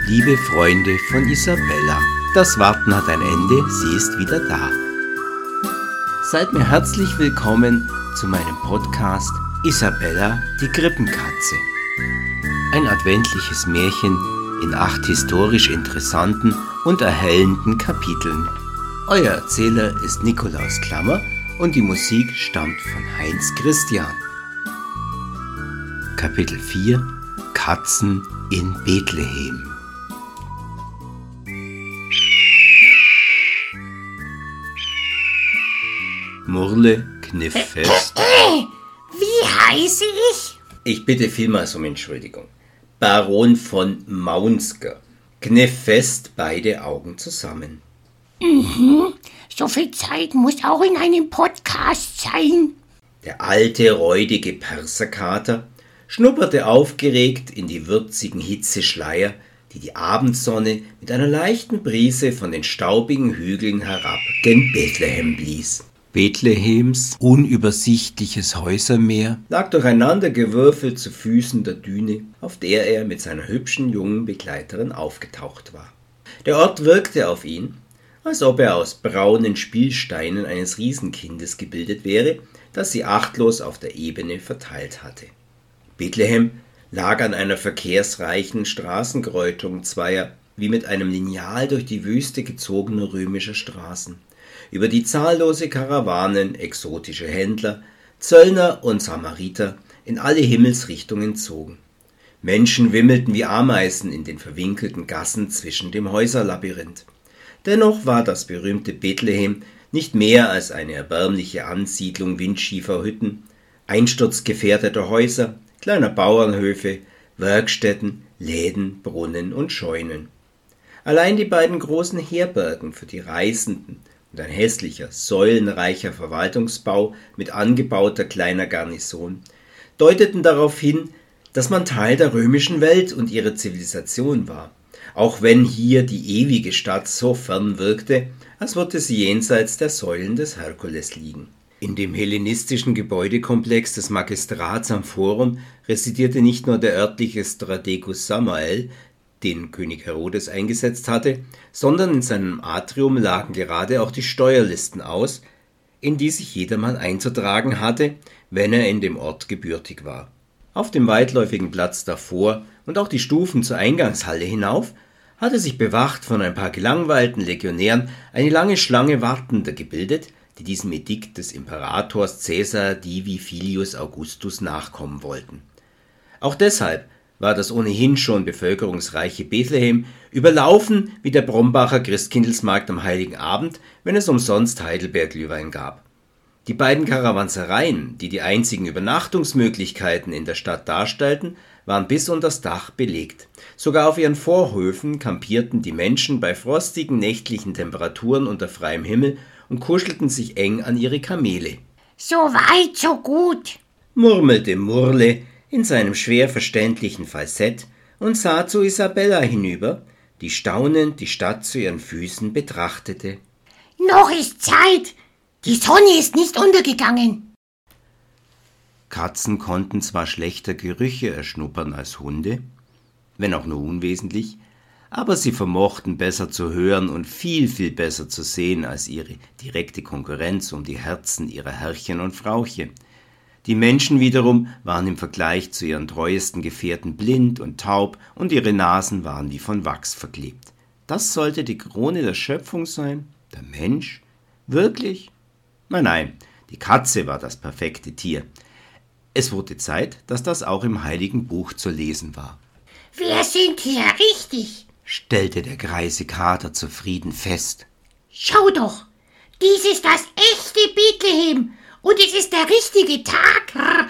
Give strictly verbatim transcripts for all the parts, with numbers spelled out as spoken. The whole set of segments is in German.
Liebe Freunde von Isabella, das Warten hat ein Ende, sie ist wieder da. Seid mir herzlich willkommen zu meinem Podcast Isabella, die Krippenkatze. Ein adventliches Märchen in acht historisch interessanten und erhellenden Kapiteln. Euer Erzähler ist Nikolaus Klammer und die Musik stammt von Heinz Christian. Kapitel vier: Katzen in Bethlehem. Murle kniff fest. Wie heiße ich? Ich bitte vielmals um Entschuldigung. Baron von Maunsker kniff fest beide Augen zusammen. Mhm, so viel Zeit muss auch in einem Podcast sein. Der alte, räudige Perserkater schnupperte aufgeregt in die würzigen Hitzeschleier, die die Abendsonne mit einer leichten Brise von den staubigen Hügeln herab gen Bethlehem blies. Bethlehems unübersichtliches Häusermeer lag durcheinander gewürfelt zu Füßen der Düne, auf der er mit seiner hübschen jungen Begleiterin aufgetaucht war. Der Ort wirkte auf ihn, als ob er aus braunen Spielsteinen eines Riesenkindes gebildet wäre, das sie achtlos auf der Ebene verteilt hatte. Bethlehem lag an einer verkehrsreichen Straßenkreuzung zweier wie mit einem Lineal durch die Wüste gezogener römischer Straßen, über die zahllose Karawanen exotische Händler, Zöllner und Samariter in alle Himmelsrichtungen zogen. Menschen wimmelten wie Ameisen in den verwinkelten Gassen zwischen dem Häuserlabyrinth. Dennoch war das berühmte Bethlehem nicht mehr als eine erbärmliche Ansiedlung windschiefer Hütten, einsturzgefährdeter Häuser, kleiner Bauernhöfe, Werkstätten, Läden, Brunnen und Scheunen. Allein die beiden großen Herbergen für die Reisenden und ein hässlicher, säulenreicher Verwaltungsbau mit angebauter kleiner Garnison deuteten darauf hin, dass man Teil der römischen Welt und ihrer Zivilisation war, auch wenn hier die ewige Stadt so fern wirkte, als würde sie jenseits der Säulen des Herkules liegen. In dem hellenistischen Gebäudekomplex des Magistrats am Forum residierte nicht nur der örtliche Strategos Samael, den König Herodes eingesetzt hatte, sondern in seinem Atrium lagen gerade auch die Steuerlisten aus, in die sich jedermann einzutragen hatte, wenn er in dem Ort gebürtig war. Auf dem weitläufigen Platz davor und auch die Stufen zur Eingangshalle hinauf hatte sich bewacht von ein paar gelangweilten Legionären eine lange Schlange Wartender gebildet, die diesem Edikt des Imperators Caesar Divi Filius Augustus nachkommen wollten. Auch deshalb war das ohnehin schon bevölkerungsreiche Bethlehem überlaufen wie der Brombacher Christkindlesmarkt am Heiligen Abend, wenn es umsonst Heidelberg-Glühwein gab. Die beiden Karawansereien, die die einzigen Übernachtungsmöglichkeiten in der Stadt darstellten, waren bis unter das Dach belegt. Sogar auf ihren Vorhöfen kampierten die Menschen bei frostigen nächtlichen Temperaturen unter freiem Himmel und kuschelten sich eng an ihre Kamele. So weit, so gut, murmelte Murle in seinem schwer verständlichen Falsett und sah zu Isabella hinüber, die staunend die Stadt zu ihren Füßen betrachtete. Noch ist Zeit, die Sonne ist nicht untergegangen. Katzen konnten zwar schlechter Gerüche erschnuppern als Hunde, wenn auch nur unwesentlich, aber sie vermochten besser zu hören und viel, viel besser zu sehen als ihre direkte Konkurrenz um die Herzen ihrer Herrchen und Frauchen. Die Menschen wiederum waren im Vergleich zu ihren treuesten Gefährten blind und taub und ihre Nasen waren wie von Wachs verklebt. Das sollte die Krone der Schöpfung sein? Der Mensch? Wirklich? Nein, nein, die Katze war das perfekte Tier. Es wurde Zeit, dass das auch im Heiligen Buch zu lesen war. Wir sind hier richtig, stellte der greise Kater zufrieden fest. Schau doch, dies ist das echte Bethlehem und es ist der richtige Tag.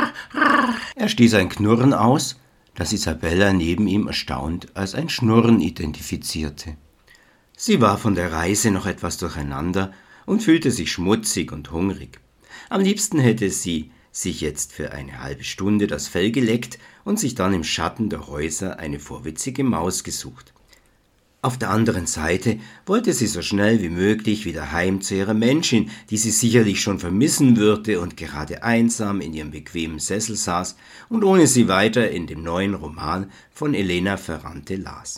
Er stieß ein Knurren aus, das Isabella neben ihm erstaunt als ein Schnurren identifizierte. Sie war von der Reise noch etwas durcheinander und fühlte sich schmutzig und hungrig. Am liebsten hätte sie sich jetzt für eine halbe Stunde das Fell geleckt und sich dann im Schatten der Häuser eine vorwitzige Maus gesucht. Auf der anderen Seite wollte sie so schnell wie möglich wieder heim zu ihrer Menschin, die sie sicherlich schon vermissen würde und gerade einsam in ihrem bequemen Sessel saß und ohne sie weiter in dem neuen Roman von Elena Ferrante las.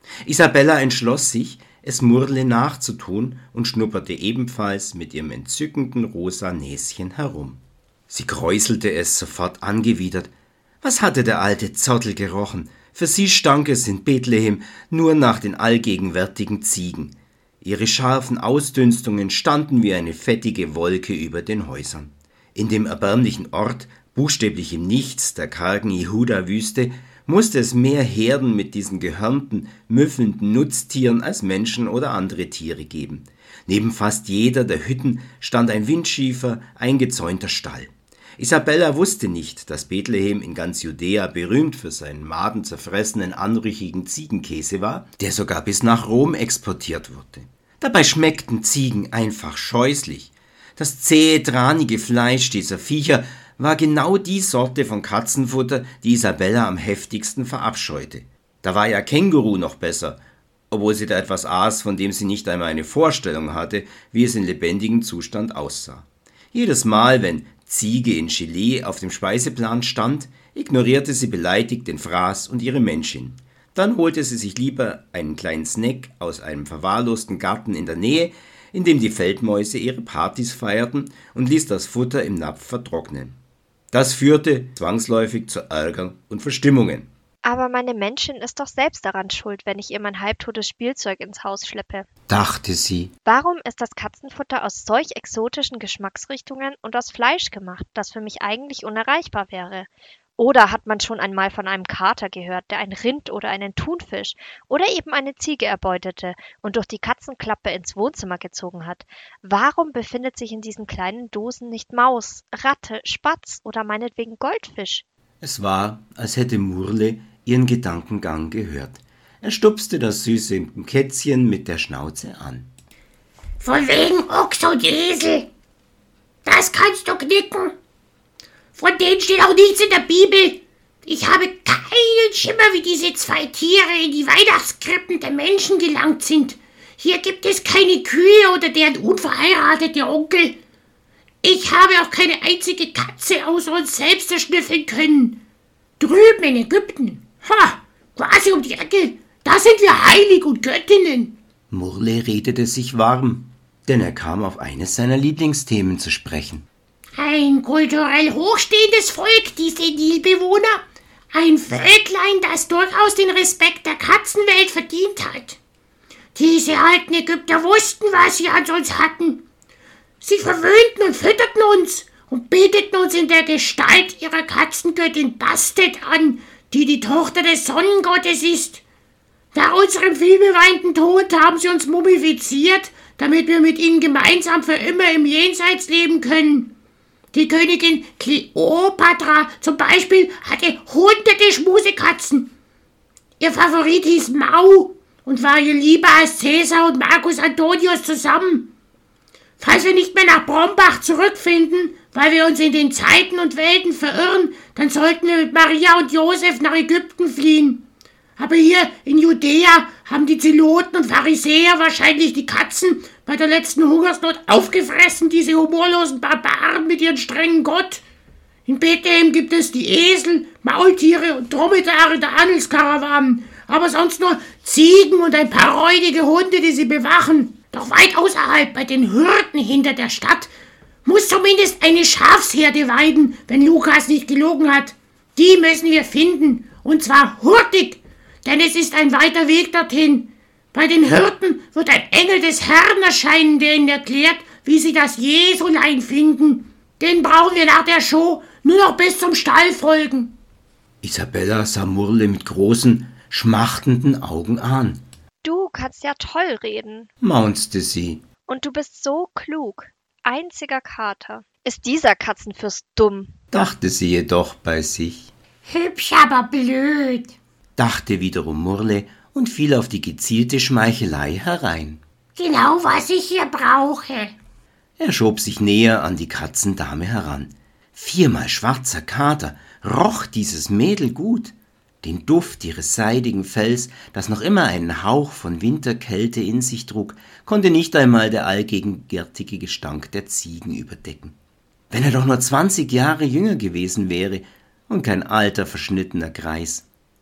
Isabella entschloss sich, es Murle nachzutun und schnupperte ebenfalls mit ihrem entzückenden rosa Näschen herum. Sie kräuselte es sofort angewidert. Was hatte der alte Zottel gerochen? Für sie stank es in Bethlehem nur nach den allgegenwärtigen Ziegen. Ihre scharfen Ausdünstungen standen wie eine fettige Wolke über den Häusern. In dem erbärmlichen Ort, buchstäblich im Nichts der kargen Jehuda-Wüste, musste es mehr Herden mit diesen gehörnten, müffelnden Nutztieren als Menschen oder andere Tiere geben. Neben fast jeder der Hütten stand ein windschiefer, eingezäunter Stall. Isabella wusste nicht, dass Bethlehem in ganz Judäa berühmt für seinen madenzerfressenen, anrüchigen Ziegenkäse war, der sogar bis nach Rom exportiert wurde. Dabei schmeckten Ziegen einfach scheußlich. Das zähe, dranige Fleisch dieser Viecher war genau die Sorte von Katzenfutter, die Isabella am heftigsten verabscheute. Da war ja Känguru noch besser, obwohl sie da etwas aß, von dem sie nicht einmal eine Vorstellung hatte, wie es in lebendigem Zustand aussah. Jedes Mal, wenn Ziege in Gelee auf dem Speiseplan stand, ignorierte sie beleidigt den Fraß und ihre Menschin. Dann holte sie sich lieber einen kleinen Snack aus einem verwahrlosten Garten in der Nähe, in dem die Feldmäuse ihre Partys feierten, und ließ das Futter im Napf vertrocknen. Das führte zwangsläufig zu Ärgern und Verstimmungen. Aber meine Menschin ist doch selbst daran schuld, wenn ich ihr mein halbtotes Spielzeug ins Haus schleppe, dachte sie. Warum ist das Katzenfutter aus solch exotischen Geschmacksrichtungen und aus Fleisch gemacht, das für mich eigentlich unerreichbar wäre? Oder hat man schon einmal von einem Kater gehört, der ein Rind oder einen Thunfisch oder eben eine Ziege erbeutete und durch die Katzenklappe ins Wohnzimmer gezogen hat? Warum befindet sich in diesen kleinen Dosen nicht Maus, Ratte, Spatz oder meinetwegen Goldfisch? Es war, als hätte Murle ihren Gedankengang gehört. Er stupste das süße Kätzchen mit der Schnauze an. Von wegen Ochs und Esel. Das kannst du knicken. Von denen steht auch nichts in der Bibel. Ich habe keinen Schimmer, wie diese zwei Tiere in die Weihnachtskrippen der Menschen gelangt sind. Hier gibt es keine Kühe oder deren unverheiratete Onkel. Ich habe auch keine einzige Katze außer uns selbst erschnüffeln können. Drüben in Ägypten, ha, quasi um die Ecke, da sind wir heilig und Göttinnen. Murle redete sich warm, denn er kam auf eines seiner Lieblingsthemen zu sprechen. Ein kulturell hochstehendes Volk, diese Nilbewohner. Ein Völklein, das durchaus den Respekt der Katzenwelt verdient hat. Diese alten Ägypter wussten, was sie an uns hatten. Sie verwöhnten und fütterten uns und beteten uns in der Gestalt ihrer Katzengöttin Bastet an, die die Tochter des Sonnengottes ist. Nach unserem vielbeweinten Tod haben sie uns mumifiziert, damit wir mit ihnen gemeinsam für immer im Jenseits leben können. Die Königin Kleopatra zum Beispiel hatte hunderte Schmusekatzen. Ihr Favorit hieß Mau und war ihr lieber als Cäsar und Marcus Antonius zusammen. Falls wir nicht mehr nach Brombach zurückfinden, weil wir uns in den Zeiten und Welten verirren, dann sollten wir mit Maria und Josef nach Ägypten fliehen. Aber hier in Judäa haben die Zeloten und Pharisäer wahrscheinlich die Katzen bei der letzten Hungersnot aufgefressen, diese humorlosen Barbaren mit ihren strengen Gott. In Bethlehem gibt es die Esel, Maultiere und Dromedare der Handelskarawanen, aber sonst nur Ziegen und ein paar räudige Hunde, die sie bewachen. Doch weit außerhalb, bei den Hürden hinter der Stadt, muss zumindest eine Schafsherde weiden, wenn Lukas nicht gelogen hat. Die müssen wir finden, und zwar hurtig, denn es ist ein weiter Weg dorthin. Bei den Hirten wird ein Engel des Herrn erscheinen, der ihnen erklärt, wie sie das Jesulein finden. Den brauchen wir nach der Show nur noch bis zum Stall folgen. Isabella sah Murle mit großen, schmachtenden Augen an. Du kannst ja toll reden, maunzte sie. Und du bist so klug. Einziger Kater. Ist dieser Katzenfürst dumm? Dachte sie jedoch bei sich. Hübsch, aber blöd, dachte wiederum Murle und fiel auf die gezielte Schmeichelei herein. Genau, was ich hier brauche. Er schob sich näher an die Katzendame heran. Viermal schwarzer Kater, roch dieses Mädel gut. Den Duft ihres seidigen Fells, das noch immer einen Hauch von Winterkälte in sich trug, konnte nicht einmal der allgegenwärtige Gestank der Ziegen überdecken. Wenn er doch nur zwanzig Jahre jünger gewesen wäre und kein alter, verschnittener Greis.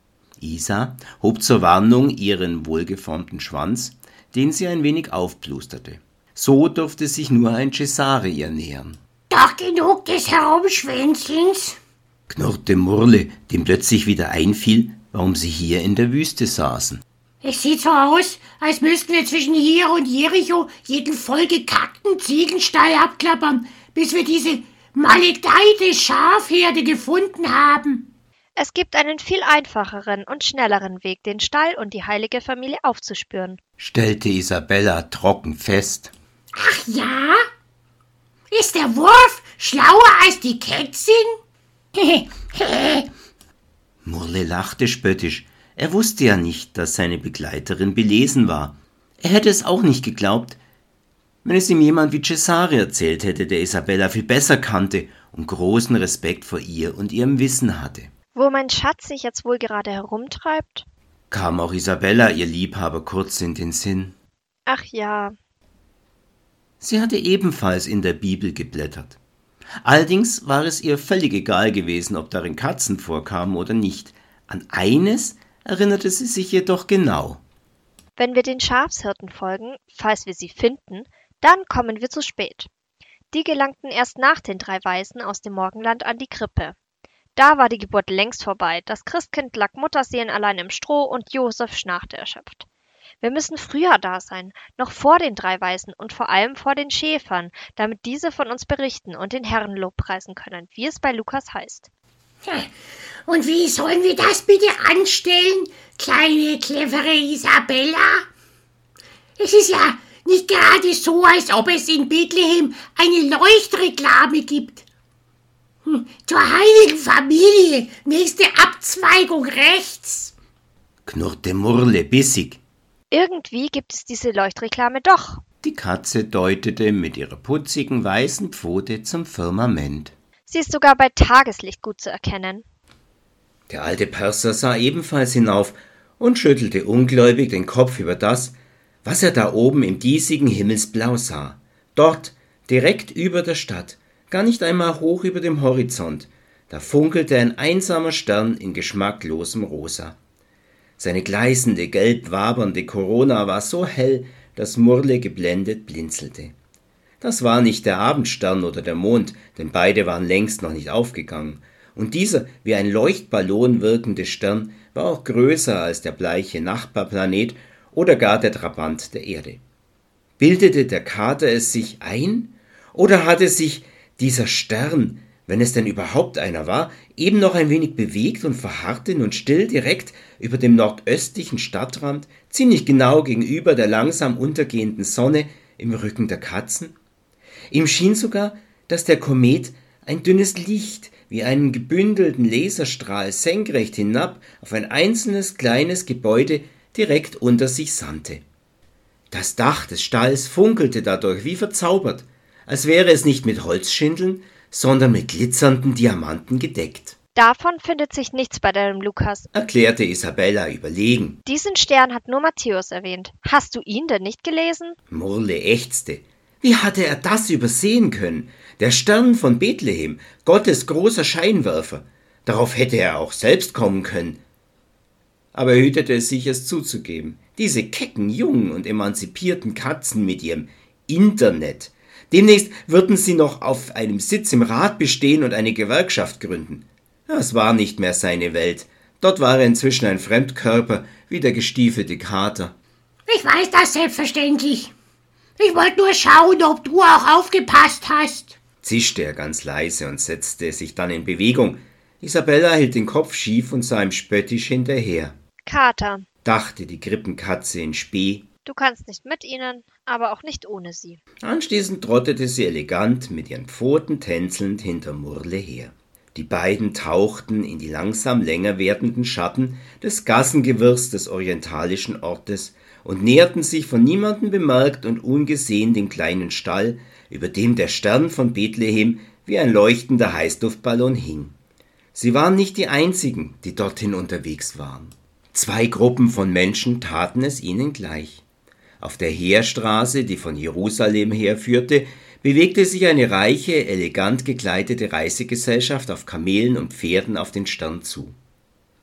Isa hob zur Warnung ihren wohlgeformten Schwanz, den sie ein wenig aufplusterte. So durfte sich nur ein Cesare ihr nähern. Doch genug des Herumschwänzelns, Knurrte Murle, dem plötzlich wieder einfiel, warum sie hier in der Wüste saßen. Es sieht so aus, als müssten wir zwischen hier und Jericho jeden vollgekackten Ziegenstall abklappern, bis wir diese maledeite Schafherde gefunden haben. Es gibt einen viel einfacheren und schnelleren Weg, den Stall und die heilige Familie aufzuspüren, Stellte Isabella trocken fest. Ach ja? Ist der Wurf schlauer als die Kätzin? Murle lachte spöttisch. Er wusste ja nicht, dass seine Begleiterin belesen war. Er hätte es auch nicht geglaubt, wenn es ihm jemand wie Cesare erzählt hätte, der Isabella viel besser kannte und großen Respekt vor ihr und ihrem Wissen hatte. wo mein Schatz sich jetzt wohl gerade herumtreibt. Kam auch Isabella, ihr Liebhaber, kurz in den Sinn. Ach ja, Sie hatte ebenfalls in der Bibel geblättert. Allerdings war es ihr völlig egal gewesen, ob darin Katzen vorkamen oder nicht. An eines erinnerte sie sich jedoch genau. wenn wir den Schafshirten folgen, falls wir sie finden, dann kommen wir zu spät. Die gelangten erst nach den drei Weisen aus dem Morgenland an die Krippe. Da war die Geburt längst vorbei, das Christkind lag mutterseelenallein im Stroh und Josef schnarchte erschöpft. Wir müssen früher da sein, noch vor den drei Weisen und vor allem vor den Schäfern, damit diese von uns berichten und den Herrn lobpreisen können, wie es bei Lukas heißt. Und wie sollen wir das bitte anstellen, kleine, clevere Isabella? Es ist ja nicht gerade so, als ob es in Bethlehem eine Leuchtreklame gibt. Hm, zur heiligen Familie, nächste Abzweigung rechts. Knurrte Murle bissig. Irgendwie gibt es diese Leuchtreklame doch. Die Katze deutete mit ihrer putzigen weißen Pfote zum Firmament. Sie ist sogar bei Tageslicht gut zu erkennen. Der alte Perser sah ebenfalls hinauf und schüttelte ungläubig den Kopf über das, was er da oben im diesigen Himmelsblau sah. Dort, direkt über der Stadt, gar nicht einmal hoch über dem Horizont, da funkelte ein einsamer Stern in geschmacklosem Rosa. Seine gleißende, gelb wabernde Korona war so hell, dass Murle geblendet blinzelte. Das war nicht der Abendstern oder der Mond, denn beide waren längst noch nicht aufgegangen. Und dieser wie ein Leuchtballon wirkende Stern war auch größer als der bleiche Nachbarplanet oder gar der Trabant der Erde. Bildete der Kater es sich ein? Oder hatte sich dieser Stern, wenn es denn überhaupt einer war, eben noch ein wenig bewegt und verharrte nun still direkt über dem nordöstlichen Stadtrand, ziemlich genau gegenüber der langsam untergehenden Sonne im Rücken der Katzen? Ihm schien sogar, dass der Komet ein dünnes Licht wie einen gebündelten Laserstrahl senkrecht hinab auf ein einzelnes kleines Gebäude direkt unter sich sandte. Das Dach des Stalls funkelte dadurch wie verzaubert, als wäre es nicht mit Holzschindeln, sondern mit glitzernden Diamanten gedeckt. Davon findet sich nichts bei deinem Lukas. Erklärte Isabella überlegen. Diesen Stern hat nur Matthäus erwähnt. Hast du ihn denn nicht gelesen? Murle ächzte. Wie hatte er das übersehen können? Der Stern von Bethlehem, Gottes großer Scheinwerfer. Darauf hätte er auch selbst kommen können. Aber er hütete es sich, es zuzugeben. Diese kecken, jungen und emanzipierten Katzen mit ihrem Internet. Demnächst würden sie noch auf einem Sitz im Rat bestehen und eine Gewerkschaft gründen. Das war nicht mehr seine Welt. Dort war er inzwischen ein Fremdkörper, wie der gestiefelte Kater. Ich weiß das selbstverständlich. Ich wollte nur schauen, ob du auch aufgepasst hast. Zischte er ganz leise und setzte sich dann in Bewegung. Isabella hielt den Kopf schief und sah ihm spöttisch hinterher. Kater, Dachte die Krippenkatze in Spee. du kannst nicht mit ihnen, aber auch nicht ohne sie. Anschließend trottete sie elegant mit ihren Pfoten tänzelnd hinter Murle her. Die beiden tauchten in die langsam länger werdenden Schatten des Gassengewirrs des orientalischen Ortes und näherten sich von niemandem bemerkt und ungesehen dem kleinen Stall, über dem der Stern von Bethlehem wie ein leuchtender Heißluftballon hing. Sie waren nicht die einzigen, die dorthin unterwegs waren. Zwei Gruppen von Menschen taten es ihnen gleich. Auf der Heerstraße, die von Jerusalem herführte, bewegte sich eine reiche, elegant gekleidete Reisegesellschaft auf Kamelen und Pferden auf den Stern zu.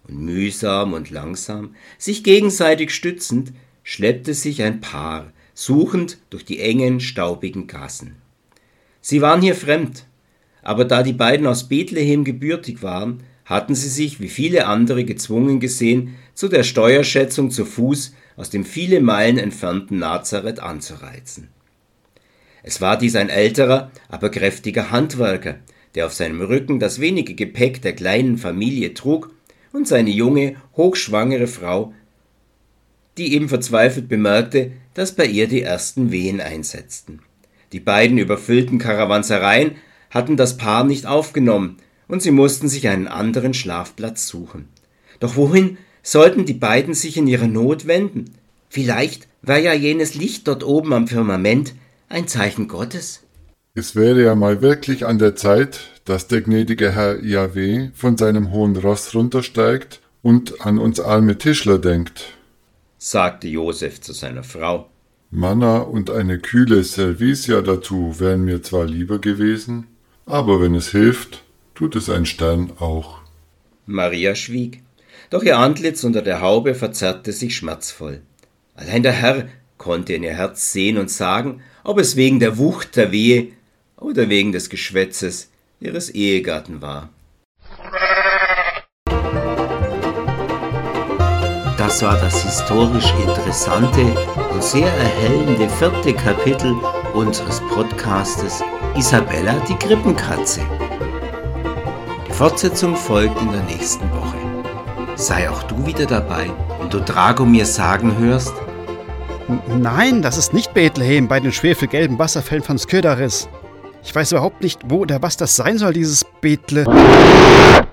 Und mühsam und langsam, sich gegenseitig stützend, schleppte sich ein Paar, suchend durch die engen, staubigen Gassen. Sie waren hier fremd, aber da die beiden aus Bethlehem gebürtig waren, hatten sie sich, wie viele andere, gezwungen gesehen, zu der Steuerschätzung zu Fuß aus dem viele Meilen entfernten Nazareth anzureizen. Es war dies ein älterer, aber kräftiger Handwerker, der auf seinem Rücken das wenige Gepäck der kleinen Familie trug, und seine junge, hochschwangere Frau, die eben verzweifelt bemerkte, dass bei ihr die ersten Wehen einsetzten. Die beiden überfüllten Karawansereien hatten das Paar nicht aufgenommen, und sie mussten sich einen anderen Schlafplatz suchen. Doch wohin sollten die beiden sich in ihrer Not wenden? Vielleicht war ja jenes Licht dort oben am Firmament ein Zeichen Gottes. Es wäre ja mal wirklich an der Zeit, dass der gnädige Herr Jahwe von seinem hohen Ross runtersteigt und an uns arme Tischler denkt, sagte Josef zu seiner Frau. Manna und eine kühle Servicia dazu wären mir zwar lieber gewesen, aber wenn es hilft, tut es ein Stern auch. Maria schwieg, doch ihr Antlitz unter der Haube verzerrte sich schmerzvoll. Allein der Herr konnte in ihr Herz sehen und sagen, ob es wegen der Wucht der Wehe oder wegen des Geschwätzes ihres Ehegatten war. Das war das historisch interessante und sehr erhellende vierte Kapitel unseres Podcastes Isabella die Krippenkatze. Die Fortsetzung folgt in der nächsten Woche. Sei auch du wieder dabei, wenn du Dragomir sagen hörst: Nein, das ist nicht Bethlehem bei den schwefelgelben Wasserfällen von Skjöderis. Ich weiß überhaupt nicht, wo oder was das sein soll, dieses Bethle...